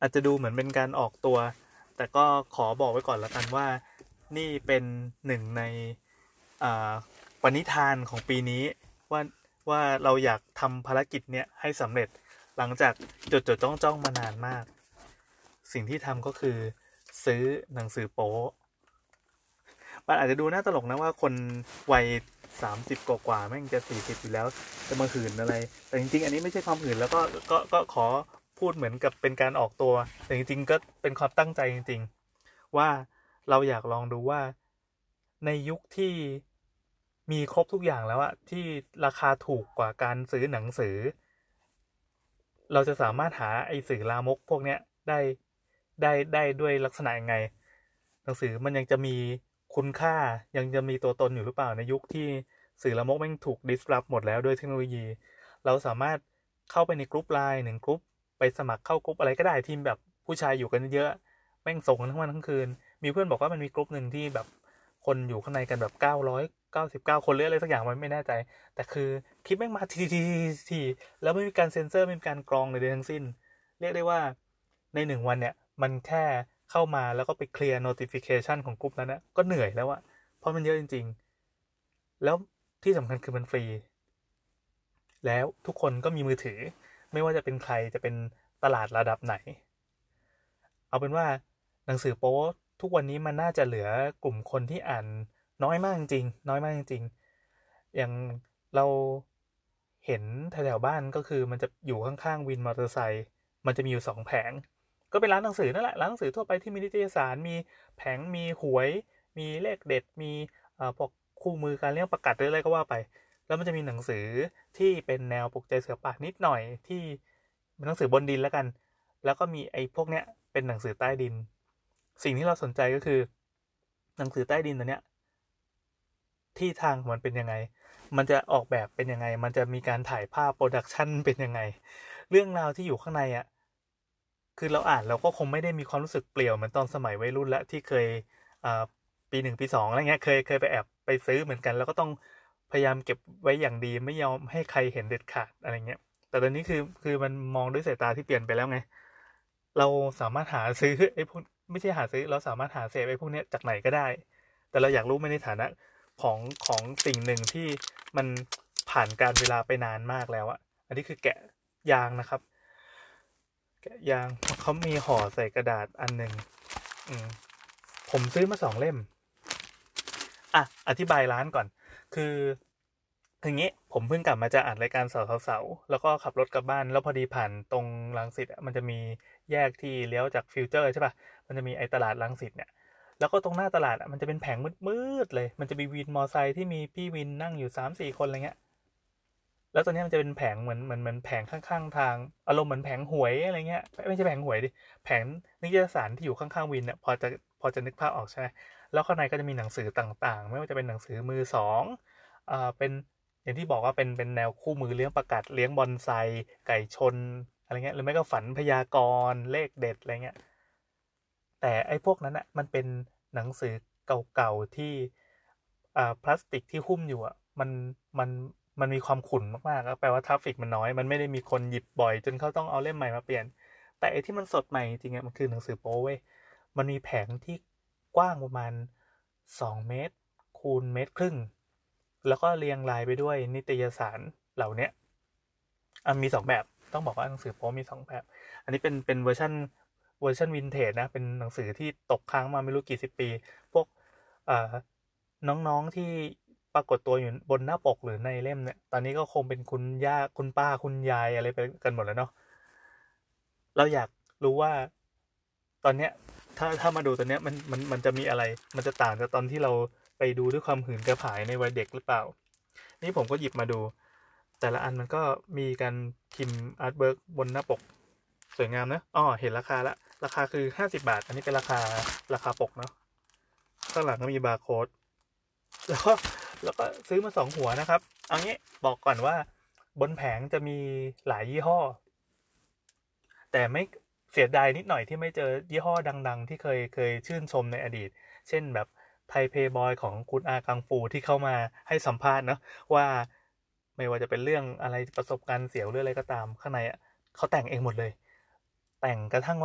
อาจจะดูเหมือนเป็นการออกตัว แต่ก็ขอบอกไว้ก่อนละกันว่านี่เป็นหนึ่งในปณิธานของปีนี้ว่าว่าเราอยากทำภารกิจเนี้ยให้สำเร็จหลังจากจดจ้องมานานมากสิ่งที่ทำก็คือซื้อหนังสือโป๊มันอาจจะดูน่าตลกนะว่าคนวัย30กว่าแม่งจะ40อยู่แล้วจะมาหื่นอะไรแต่จริงๆอันนี้ไม่ใช่ความหื่นแล้วก็ขอพูดเหมือนกับเป็นการออกตัวแต่จริงๆก็เป็นความตั้งใจจริงๆว่าเราอยากลองดูว่าในยุคที่มีครบทุกอย่างแล้วอะที่ราคาถูกกว่าการซื้อหนังสือเราจะสามารถหาไอ้สื่อลามกพวกเนี้ยได้ด้วยลักษณะยังไงหนังสือมันยังจะมีคุณค่ายังจะมีตัวตนอยู่หรือเปล่าในยุคที่สื่อลามกแม่งถูก disrupt หมดแล้วด้วยเทคโนโลยีเราสามารถเข้าไปในกลุ่มไลน์หนึ่งกลุ่มไปสมัครเข้ากลุ่มอะไรก็ได้ที่แบบผู้ชายอยู่กันเยอะแม่งส่งกันทั้งวันทั้งคืนมีเพื่อนบอกว่ามันมีกลุ่มหนึ่งที่แบบคนอยู่ข้างในกันแบบ999 คนหรืออะไรสักอย่างมันไม่แน่ใจแต่คือคลิปแม่งมาทีแล้วไม่มีการเซ็นเซอร์ไม่มีการกรองเลยทั้งสิ้นเรียกได้ว่าใน1 วันเนี่ยมันแค่เข้ามาแล้วก็ไปเคลียร์ notification ของกลุ่มนั้นนะก็เหนื่อยแล้วอะเพราะมันเยอะจริงๆแล้วที่สำคัญคือมันฟรีแล้วทุกคนก็มีมือถือไม่ว่าจะเป็นใครจะเป็นตลาดระดับไหนเอาเป็นว่าหนังสือโป๊ทุกวันนี้มันน่าจะเหลือกลุ่มคนที่อ่านน้อยมากจริงน้อยมากจริงอย่างเราเห็นแถวๆบ้านก็คือมันจะอยู่ข้างๆวินมอเตอร์ไซค์มันจะมีอยู่2 แผงก็เป็นร้านหนังสือนั่นแหละร้านหนังสือทั่วไปที่มีนิตยสารมีแผงมีหวยมีเลขเด็ดมีพวกคู่มือการเลี้ยงปลากัดหรืออะไรก็ว่าไปแล้วมันจะมีหนังสือที่เป็นแนวปลุกใจเสือป่านิดหน่อยที่เป็นหนังสือบนดินแล้วกันแล้วก็มีไอ้พวกเนี้ยเป็นหนังสือใต้ดินสิ่งที่เราสนใจก็คือหนังสือใต้ดินตัวเนี้ยที่ทางของมันเป็นยังไงมันจะออกแบบเป็นยังไงมันจะมีการถ่ายภาพโปรดักชันเป็นยังไงเรื่องราวที่อยู่ข้างในอ่ะคือเราอ่านเราก็คงไม่ได้มีความรู้สึกเปลี่ยวเหมือนตอนสมัยวัยรุ่นและที่เคยอ่าปี 1 ปี 2อะไรเงี้ยเคยไปแอบไปซื้อเหมือนกันแล้วก็ต้องพยายามเก็บไว้อย่างดีไม่ยอมให้ใครเห็นเด็ดขาดอะไรเงี้ยแต่ตอนนี้คือมันมองด้วยสายตาที่เปลี่ยนไปแล้วไงเราสามารถหาซื้อไอ้พวกไม่ใช่หาซื้อเราสามารถหาเสพไอ้พวกเนี้ยจากไหนก็ได้แต่เราอยากรู้ในฐานะของของสิ่งหนึ่งที่มันผ่านการเวลาไปนานมากแล้วอะอันนี้คือแกะยางนะครับแกะยางเขามีห่อใส่กระดาษอันหนึ่งอืมผมซื้อมา2 เล่มอ่ะอธิบายร้านก่อนคืออย่างงี้ผมเพิ่งกลับมาจากอัดรายการเสาแล้วก็ขับรถกลับบ้านแล้วพอดีผ่านตรงรังสิตมันจะมีแยกที่เลี้ยวจากฟิวเจอร์ใช่ป่ะมันจะมีไอ้ตลาดรังสิตเนี่ยแล้วก็ตรงหน้าตลาดมันจะเป็นแผงมืดๆเลยมันจะมีวินมอไซค์ที่มีพี่วินนั่งอยู่3-4 คนอะไรเงี้ยแล้วตอนนี้มันจะเป็นแผงเหมือนแผงข้างๆทางอารมณ์เหมือนแผงหวยอะไรเงี้ยไม่ใช่แผงหวยดิแผงนิตยสารที่อยู่ข้างๆวินเนี่ยพอจะนึกภาพออกใช่ไหมแล้วข้างในก็จะมีหนังสือต่างๆไม่ว่าจะเป็นหนังสือมือสองเป็นอย่างที่บอกว่าเป็นแนวคู่มือเลี้ยงประกัดเลี้ยงบอนไซไก่ชนอะไรเงี้ยหรือไม่ก็ฝันพยากรณ์เลขเด็ดอะไรเงี้ยแต่ไอ้พวกนั้นอ่ะมันเป็นหนังสือเก่าๆที่พลาสติกที่หุ้มอยู่อ่ะมันมันมีความขุ่นมากๆก็แปลว่าทราฟฟิกมันน้อยมันไม่ได้มีคนหยิบบ่อยจนเขาต้องเอาเล่มใหม่มาเปลี่ยนแต่ไอ้ที่มันสดใหม่จริงๆมันคือหนังสือโป๊เว้ยมันมีแผงที่กว้างประมาณ2 เมตรคูณเมตรครึ่งแล้วก็เรียงรายไปด้วยนิตยสารเหล่าเนี้ยมี2 แบบต้องบอกว่าหนังสือโป๊มี2 แบบอันนี้เป็นเวอร์ชันวินเทจนะเป็นหนังสือที่ตกค้างมาไม่รู้กี่สิบปีพวกเอ่อน้องๆที่ปรากฏตัวอยู่บนหน้าปกหรือในเล่มเนี่ยตอนนี้ก็คงเป็นคุณย่าคุณป้าคุณยายอะไรไปกันหมดแล้วเนาะเราอยากรู้ว่าตอนเนี้ยถ้ามาดูตอนเนี้ยมันจะมีอะไรมันจะต่างจากตอนที่เราไปดูด้วยความหื่นกระหายในวัยเด็กหรือเปล่านี่ผมก็หยิบมาดูแต่ละอันมันก็มีการพิมพ์อาร์ตเวิร์กบนหน้าปกสวยงามนะอ๋อเห็นราคาละราคาคือ50 บาทอันนี้เป็นราคาปกเนาะข้างหลังก็มีบาร์โค้ดแล้วก็แล้วก็ซื้อมา2 หัวนะครับเอางี้บอกก่อนว่าบนแผงจะมีหลายยี่ห้อแต่ไม่เสียดายนิดหน่อยที่ไม่เจอยี่ห้อดังๆที่เคยชื่นชมในอดีตเช่นแบบไทยเพย์บอยของคุณอากังฟูที่เข้ามาให้สัมภาษณ์เนาะว่าไม่ว่าจะเป็นเรื่องอะไรประสบการณ์เสียวหรืออะไรก็ตามข้างในอ่ะเขาแต่งเองหมดเลยแต่งกระทั่งว่า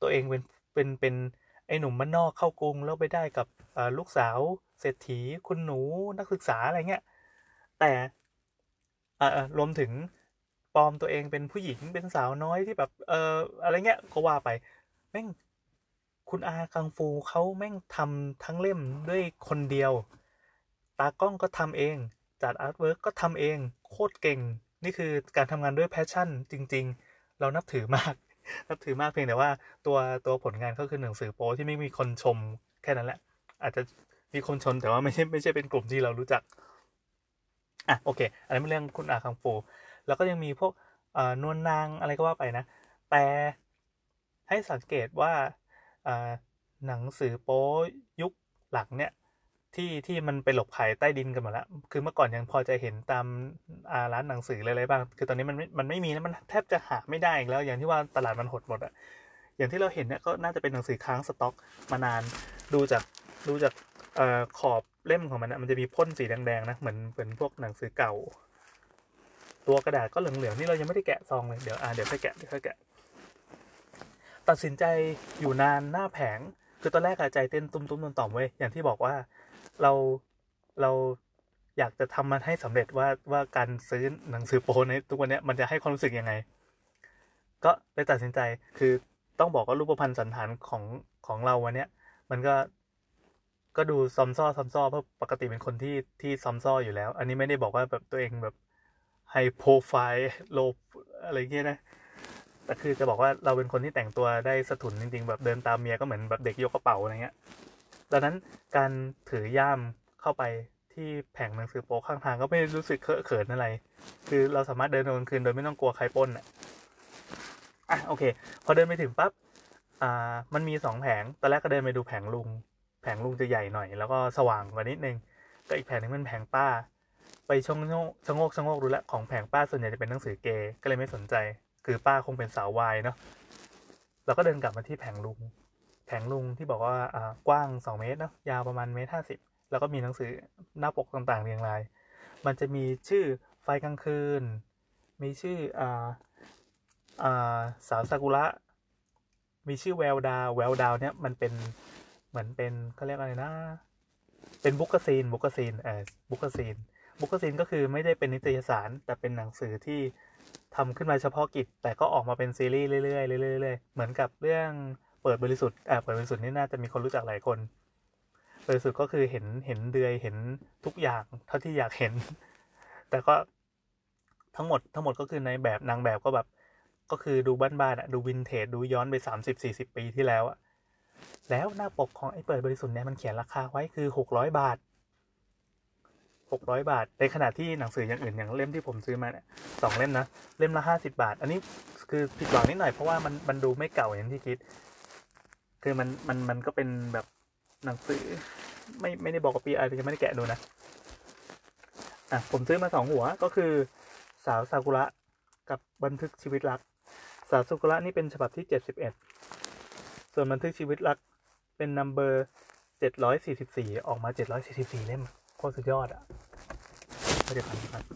ตัวเองเป็นไอ้หนุ่มบ้านนอกเข้ากรุงแล้วไปได้กับลูกสาวเศรษฐีคุณหนูนักศึกษาอะไรเงี้ยแต่รวมถึงปลอมตัวเองเป็นผู้หญิงเป็นสาวน้อยที่แบบอะไรเงี้ยก็ว่าไปแม่งคุณอากังฟูเขาแม่งทำทั้งเล่มด้วยคนเดียวตากล้องก็ทำเองจัดอาร์ตเวิร์กก็ทำเองโคตรเก่งนี่คือการทำงานด้วยแพชชั่นจริงๆเรานับถือมาก นับถือมากเพียงแต่ว่าตัวผลงานก็คือหนังสือโป๊ที่ไม่มีคนชมแค่นั้นแหละอาจจะมีคนชมแต่ว่าไม่ใช่เป็นกลุ่มที่เรารู้จักโอเคอันนี้เป็นเรื่องคุณอาคังฟูแล้วก็ยังมีพวกนวลนางอะไรก็ว่าไปนะแต่ให้สังเกตว่าหนังสือโป๊ยุคหลังเนี่ยที่มันไปหลบขายใต้ดินกันหมดแล้วคือเมื่อก่อนยังพอจะเห็นตามร้านหนังสืออะไรบ้างคือตอนนี้มันไม่มีนะมันแทบจะหาไม่ได้อีกแล้วอย่างที่ว่าตลาดมันหดหมดอะอย่างที่เราเห็นเนี่ยก็น่าจะเป็นหนังสือค้างสต็อกมานานดูจากขอบเล่มของมันจะมีพ่นสีแดงๆนะเหมือนพวกหนังสือเก่าตัวกระดาษก็เหลืองๆนี่เรายังไม่ได้แกะซองเลยเดี๋ยวค่อยแกะตัดสินใจอยู่นานหน้าแผงคือตอนแรกใจเต้นตุ้มๆต่อมๆเว้ยอย่างที่บอกว่าเราอยากจะทำมันให้สำเร็จว่าการซื้อหนังสือโป๊ในทุกวันนี้มันจะให้ความรู้สึกยังไงก็เลยตัดสินใจคือต้องบอกว่ารูปพรรณสันฐานของเราวันนี้มันก็ดูซอมซ่อเพราะปกติเป็นคนที่ซอมซ่ออยู่แล้วอันนี้ไม่ได้บอกว่าแบบตัวเองแบบไฮโปรไฟล์โลอะไรเงี้ยนะแต่คือจะบอกว่าเราเป็นคนที่แต่งตัวได้สะทุนจริงๆแบบเดินตามเมียก็เหมือนแบบเด็กยกกระเป๋าอะไรเงี้ยดังนั้นการถือย่ามเข้าไปที่แผงหนังสือโป๊ข้างทางก็ไม่รู้สึกเขินอะไรคือเราสามารถเดินกลางคืนโดยไม่ต้องกลัวใครปล้นโอเคพอเดินไปถึงปั๊บมันมี2แผงตอนแรกก็เดินไปดูแผงลุงจะใหญ่หน่อยแล้วก็สว่างกว่านิดนึงก็อีกแผงนึงเป็นแผงป้าไปชะโงกดูแลของแผงป้าส่วนใหญ่จะเป็นหนังสือเกย์ก็เลยไม่สนใจคือป้าคงเป็นสาววายเนาะเราก็เดินกลับมาที่แผงลุงที่บอกว่ากว้าง2เมตรเนาะยาวประมาณ1.50 เมตรแล้วก็มีหนังสือหน้าปกต่างๆเรียงรายมันจะมีชื่อไฟกลางคืนมีชื่อสาวซากุระมีชื่อแววดาวเนี่ยมันเป็นเหมือนเป็นเขาเรียกอะไรนะเป็นบุ๊กซีนบุ๊กซีนก็คือไม่ได้เป็นนิตยสารแต่เป็นหนังสือที่ทำขึ้นมาเฉพาะกิจแต่ก็ออกมาเป็นซีรีส์เรื่อยๆเหมือนกับเรื่องเปิดบริสุทธิ์นี่น่าจะมีคนรู้จักหลายคนบริสุทธิ์ก็คือเห็นเดือยเห็นทุกอย่างเท่าที่อยากเห็นแต่ก็ทั้งหมดก็คือในแบบนางแบบก็แบบก็คือดูบ้านๆดูวินเทจดูย้อนไป30-40 ปีที่แล้วแล้วหน้าปกของไอ้เปิดบริสุทธิ์เนี่ยมันเขียนราคาไว้คือ600 บาทในขณะที่หนังสืออย่างอื่นอย่างเล่มที่ผมซื้อมาเนี่ย2 เล่มนะเล่มละ50 บาทอันนี้คือผิดหวังนิดหน่อยเพราะว่ามันดูไม่เก่าอย่างที่คิดคือมันก็เป็นแบบหนังสือไม่ได้บอกว่าปีอะไรยังไม่ได้แกะดูนะผมซื้อมา2 หัวก็คือสาวซากุระกับบันทึกชีวิตรักสาวซากุระนี่เป็นฉบับที่71ส่วนบันทึกชีวิตรักเป็นนัมเบอร์744ออกมา744เล่มโคตรสุดยอดไม่ได้ฟัง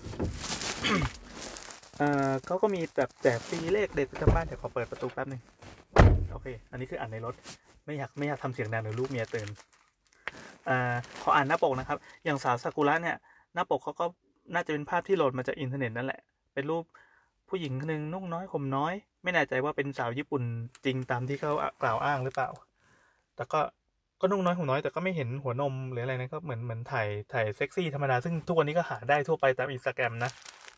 เขาก็มีแบบแจกฟรีเลขเด็ดประจำบ้านเดี๋ยวขอเปิดประตูแป๊บนึงโอเคอันนี้คืออ่านในรถไม่อยากทำเสียงดังหรือลูกเมียตื่นขออ่านหน้าปกนะครับอย่างสาวซากุระเนี่ยหน้าปกเขาก็น่าจะเป็นภาพที่โหลดมาจากอินเทอร์เน็ตนั่นแหละเป็นรูปผู้หญิงคนนึงนุ่งน้อยห่มน้อยไม่แน่ใจว่าเป็นสาวญี่ปุ่นจริงตามที่เขากล่าวอ้างหรือเปล่าแต่ก็นุ่งน้อยห่มน้อยแต่ก็ไม่เห็นหัวนมหรืออะไรนะก็เหมือนถ่ายเซ็กซี่ธรรมดาซึ่งทุกวันนี้ก็หาได้ทั่วไปตามอินสตาแกรมนะ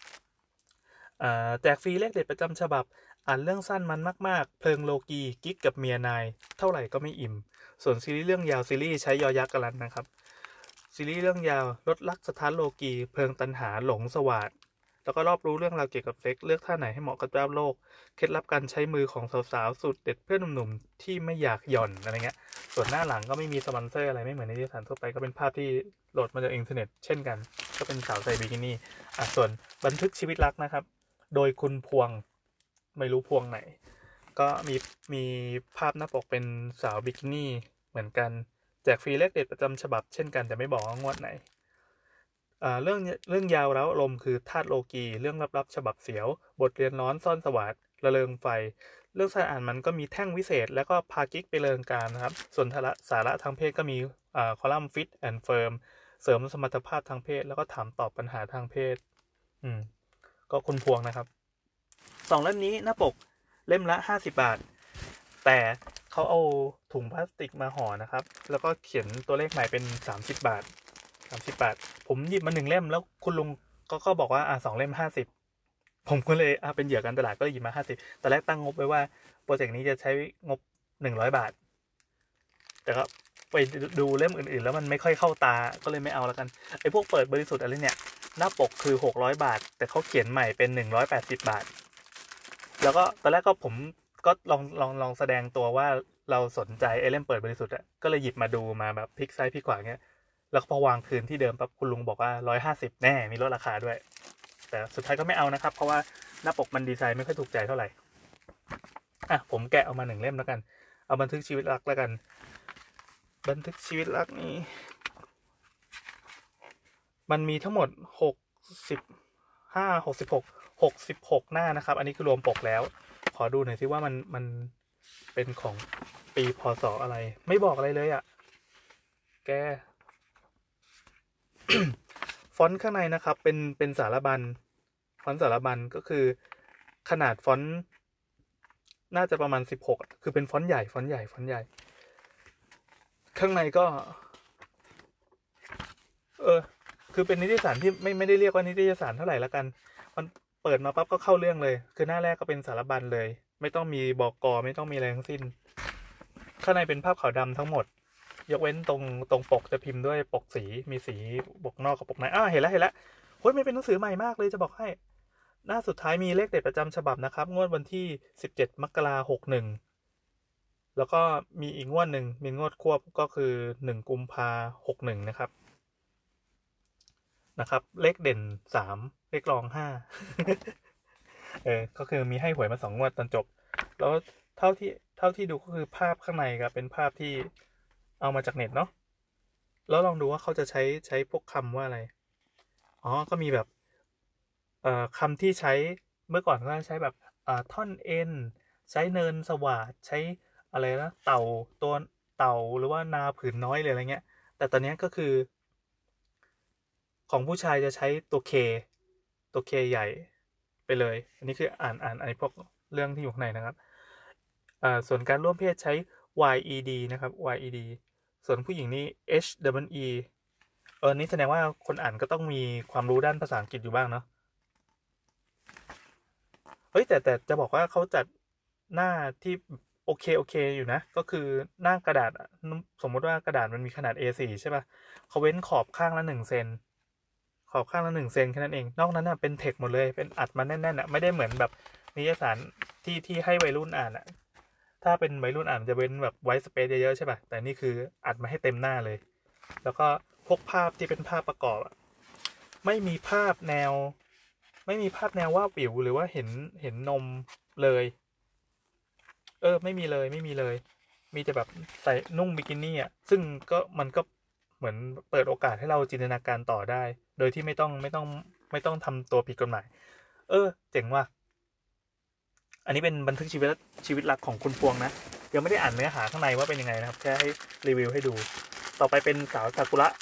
แจกฟรีเลขเด็ดประจำฉบับอ่านเรื่องสั้นมันมากๆเพลิงโลกีกิ๊กกับเมียนายเท่าไหร่ก็ไม่อิ่มส่วนซีรีส์เรื่องยาวซีรีส์ใช้ยอยักษ์กันนะครับซีรีส์เรื่องยาวลดรักสถานโลกีเพลิงตันหาหลงสวาดแล้วก็รอบรู้เรื่องราวเกี่ยวกับเซ็กเลือกท่าไหนให้เหมาะกับเจ้าโลกเคล็ดลับการใช้มือของสาวๆสุดเด็ดเพื่อนหนุ่มๆที่ไม่อยากหย่อนอะไรเงี้ยส่วนหน้าหลังก็ไม่มีสปอนเซอร์อะไรไม่เหมือนในนิตยสารทั่วไปก็เป็นภาพที่โหลดมาจากอินเทอร์เน็ตเช่นกันก็เป็นสาวใส่บิกินี่ส่วนบันทึกชีวิตรักนะครับโดยคุณพวงไม่รู้พวงไหนก็มีภาพหน้าปกเป็นสาวบิกินี่เหมือนกันแจกฟรีเลขเด็ดประจำฉบับเช่นกันแต่ไม่บอกว่างวดไหนเรื่องยาวแล้วอารมณ์คือธาตุโลกีเรื่องลับๆฉบับเสียวบทเรียนร้อนซ่อนสวัสดระเริงไฟเรื่องการอ่านมันก็มีแท่งวิเศษแล้วก็พากิ๊กไปเริงการนะครับส่วนสาระทางเพศก็มีคอลัมน์ Fit and Firm เสริมสมรรถภาพทางเพศแล้วก็ถามตอบปัญหาทางเพศก็คุณพวงนะครับ2 เล่มนี้หน้าปกเล่มละ50 บาทแต่เขาเอาถุงพลาสติกมาห่อนะครับแล้วก็เขียนตัวเลขใหม่เป็น30 บาทผมหยิบมา1 เล่มแล้วคุณลุงก็บอกว่า2 เล่ม50ผมก็เลยเป็นเหยื่อการตลาดก็เลยหยิบมา50ตอนแรกตั้งงบไว้ว่าโปรเจกต์นี้จะใช้งบ100 บาทแต่ก็ไปดูเล่มอื่นๆแล้วมันไม่ค่อยเข้าตาก็เลยไม่เอาแล้วกันไอ้พวกเปิดบริสุทธิ์อะไรเนี่ยหน้าปกคือ600 บาทแต่เขาเขียนใหม่เป็น180 บาทแล้วก็ตอนแรกก็ผมก็ลองแสดงตัวว่าเราสนใจไอ้เล่มเปิดบริสุทธิ์ก็เลยหยิบมาดูมาแบบพลิกซ้ายพลิกขวาเงี้ยแล้วพอวางคืนที่เดิมปั๊บคุณลุงบอกว่า150แน่มีลดราคาด้วยแต่สุดท้ายก็ไม่เอานะครับเพราะว่าหน้าปกมันดีไซน์ไม่ค่อยถูกใจเท่าไหร่ผมแกะเอามา1 เล่มแล้วกันเอาบันทึกชีวิตรักแล้วกันบันทึกชีวิตรักนี้มันมีทั้งหมด66 หน้านะครับอันนี้คือรวมปกแล้วขอดูหน่อยสิว่ามันเป็นของปีพศอะไรไม่บอกอะไรเลยแก ฟอนต์ข้างในนะครับเป็นสารบัญฟอนต์สารบัญก็คือขนาดฟอนต์น่าจะประมาณ16คือเป็นฟอนต์ใหญ่ข้างในก็คือเป็นนิตยสารที่ไม่ได้เรียกว่านิตยสารเท่าไหร่ละกันมันเปิดมาปั๊บก็เข้าเรื่องเลยคือหน้าแรกก็เป็นสารบัญเลยไม่ต้องมีบก.ไม่ต้องมีอะไรทั้งสิ้นข้างในเป็นภาพขาวดำทั้งหมดยกเว้นตรงปกจะพิมพ์ด้วยปกสีมีสีปกนอกกับปกในเห็นแล้วโอ้ยมันเป็นหนังสือใหม่มากเลยจะบอกให้หน้าสุดท้ายมีเลขเด็ดประจำฉบับนะครับงวดวันที่17 มกราคม 61แล้วก็มีอีกงวดหนึ่งมีงวดควบก็คือ1 กุมภาพันธ์ 61นะครับเลขเด่น3เลขรอง5ก็คือมีให้หวยมา2 งวดตอนจบแล้วเท่าที่ดูก็คือภาพข้างในครับเป็นภาพที่เอามาจากเน็ตเนาะแล้วลองดูว่าเขาจะใช้พวกคำว่าอะไรก็มีแบบคำที่ใช้เมื่อก่อนก็ใช้แบบท่อนเอ็นใช้เนินสวาดใช้อะไรนะตัวเต่าหรือว่านาผืนน้อยเลยอะไรเงี้ยแต่ตอนนี้ก็คือของผู้ชายจะใช้ตัวเคใหญ่ไปเลยอันนี้คืออ่านไอ้พวกเรื่องที่อยู่ข้างในนะครับส่วนการร่วมเพศใช้ YED นะครับ YED ส่วนผู้หญิงนี่ HWE นี่แสดงว่าคนอ่านก็ต้องมีความรู้ด้านภาษาอังกฤษอยู่บ้างเนาะแต่จะบอกว่าเขาจัดหน้าที่โอเคอยู่นะก็คือหน้ากระดาษสมมติว่ากระดาษมันมีขนาด A4 ใช่ป่ะเขาเว้นขอบข้างละ1 เซนขอบข้างละ1 เซนแค่นั้นเองนอกนั้นเป็นเทคหมดเลยเป็นอัดมาแน่นๆไม่ได้เหมือนแบบนิยสารที่ให้วัยรุ่นอ่านถ้าเป็นวัยรุ่นอ่านจะเว้นแบบไว้สเปซเยอะๆใช่ป่ะแต่นี่คืออัดมาให้เต็มหน้าเลยแล้วก็พวกภาพที่เป็นภาพประกอบไม่มีภาพแนวว่าวิวหรือว่าเห็นนมเลยไม่มีเลยมีแต่แบบใส่นุ่งบิกินี่ซึ่งมันก็เหมือนเปิดโอกาสให้เราจินตนาการต่อได้โดยที่ไม่ต้องทำตัวผิดกฎหมายเจ๋งว่ะอันนี้เป็นบันทึกชีวิตรักของคุณพวงนะยังไม่ได้อ่านเนื้อหาข้างในว่าเป็นยังไงนะครับแค่ให้รีวิวให้ดูต่อไปเป็นสาวซากุระ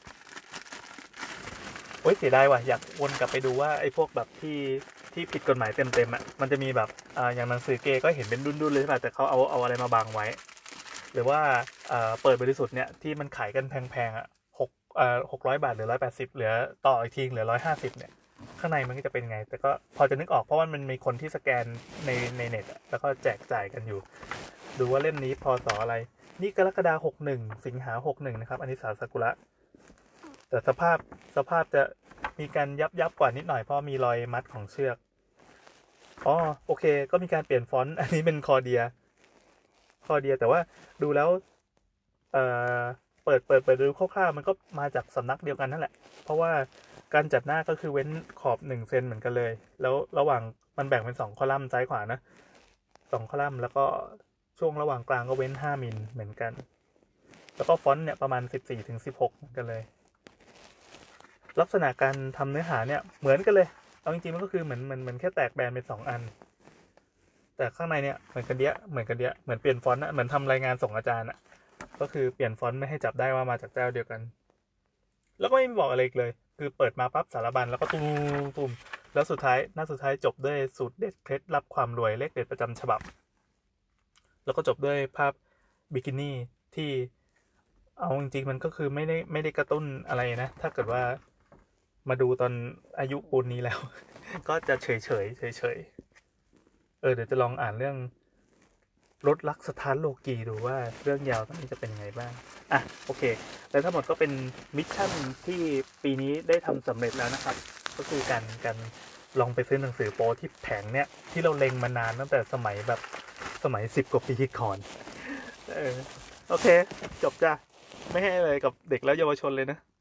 เสียดายว่ะอยากวนกลับไปดูว่าไอ้พวกแบบที่ผิดกฎหมายเต็มมันจะมีแบบอย่างหนังสือเกย์ก็เห็นเป็นดุนๆเลยใช่ป่ะแต่เขาเอาอะไรมาบังไว้หรือว่าเปิดบริสุทธิ์เนี่ยที่มันขายกันแพง600 บาทหรือ180เหลือต่ออีกทีเหลือ150เนี่ยข้างในมันก็จะเป็นไงแต่ก็พอจะนึกออกเพราะว่ามันมีคนที่สแกนในเน็ตแล้วก็แจกจ่ายกันอยู่ดูว่าเล่มนี้พศอะไรนี่กรกฎาคม61สิงหาคม61นะครับอันนี้สาวซากุระแต่สภาพจะมีการยับกว่านิดหน่อยเพราะมีรอยมัดของเชือกโอเคก็มีการเปลี่ยนฟอนต์อันนี้เป็นคอเดียแต่ว่าดูแล้วเปิดดูคร่าวๆมันก็มาจากสำนักเดียวกันนั่นแหละเพราะว่าการจัดหน้าก็คือเว้นขอบ1 เซนเหมือนกันเลยแล้วระหว่างมันแบ่งเป็น2 คอลัมน์ซ้ายขวานะ2 คอลัมน์แล้วก็ช่วงระหว่างกลางก็เว้น5 มิลเหมือนกันแล้วก็ฟอนต์เนี่ยประมาณ14 ถึง 16เหมือนกันเลยลักษณะการทำเนื้อหาเนี่ยเหมือนกันเลยเอาจริงๆมันก็คือเหมือนแค่แตกแบนเป็น2 อันแต่ข้างในเนี่ยเหมือนกันเดียเหมือนเปลี่ยนฟอนต์นะเหมือนทำรายงานส่งอาจารย์อะก็คือเปลี่ยนฟอนต์ไม่ให้จับได้ว่ามาจากเจ้าเดียวกัน แล้วก็ไม่บอกอะไรเลยคือเปิดมาปั๊บสารบัญแล้วก็ตุ้มแล้วสุดท้ายหน้าสุดท้ายจบด้วยสูตรเด็ดเคล็ดลับความรวยเลขเด็ดประจำฉบับ แล้วก็จบด้วยภาพบิกินี่ที่เอาจริงๆมันก็คือไม่ได้กระตุ้นอะไรนะถ้าเกิดว่ามาดูตอนอายุปูนนี้แล้ว ก็จะเฉยเดี๋ยวจะลองอ่านเรื่องรถลักสถานโลกีดูว่าเรื่องยาวตอนนี้จะเป็นยังไงบ้างอ่ะโอเคแล้วทั้งหมดก็เป็นมิชชั่นที่ปีนี้ได้ทำสำเร็จแล้วนะครับ ก็คือการลองไปซื้อหนังสือโป๊ที่แผงเนี้ยที่เราเล็งมานานตั้งแต่สมัย10 กว่าปีก่อนโอเคจบจ้ะไม่ให้อะไรกับเด็กแล้วเยาวชนเลยนะ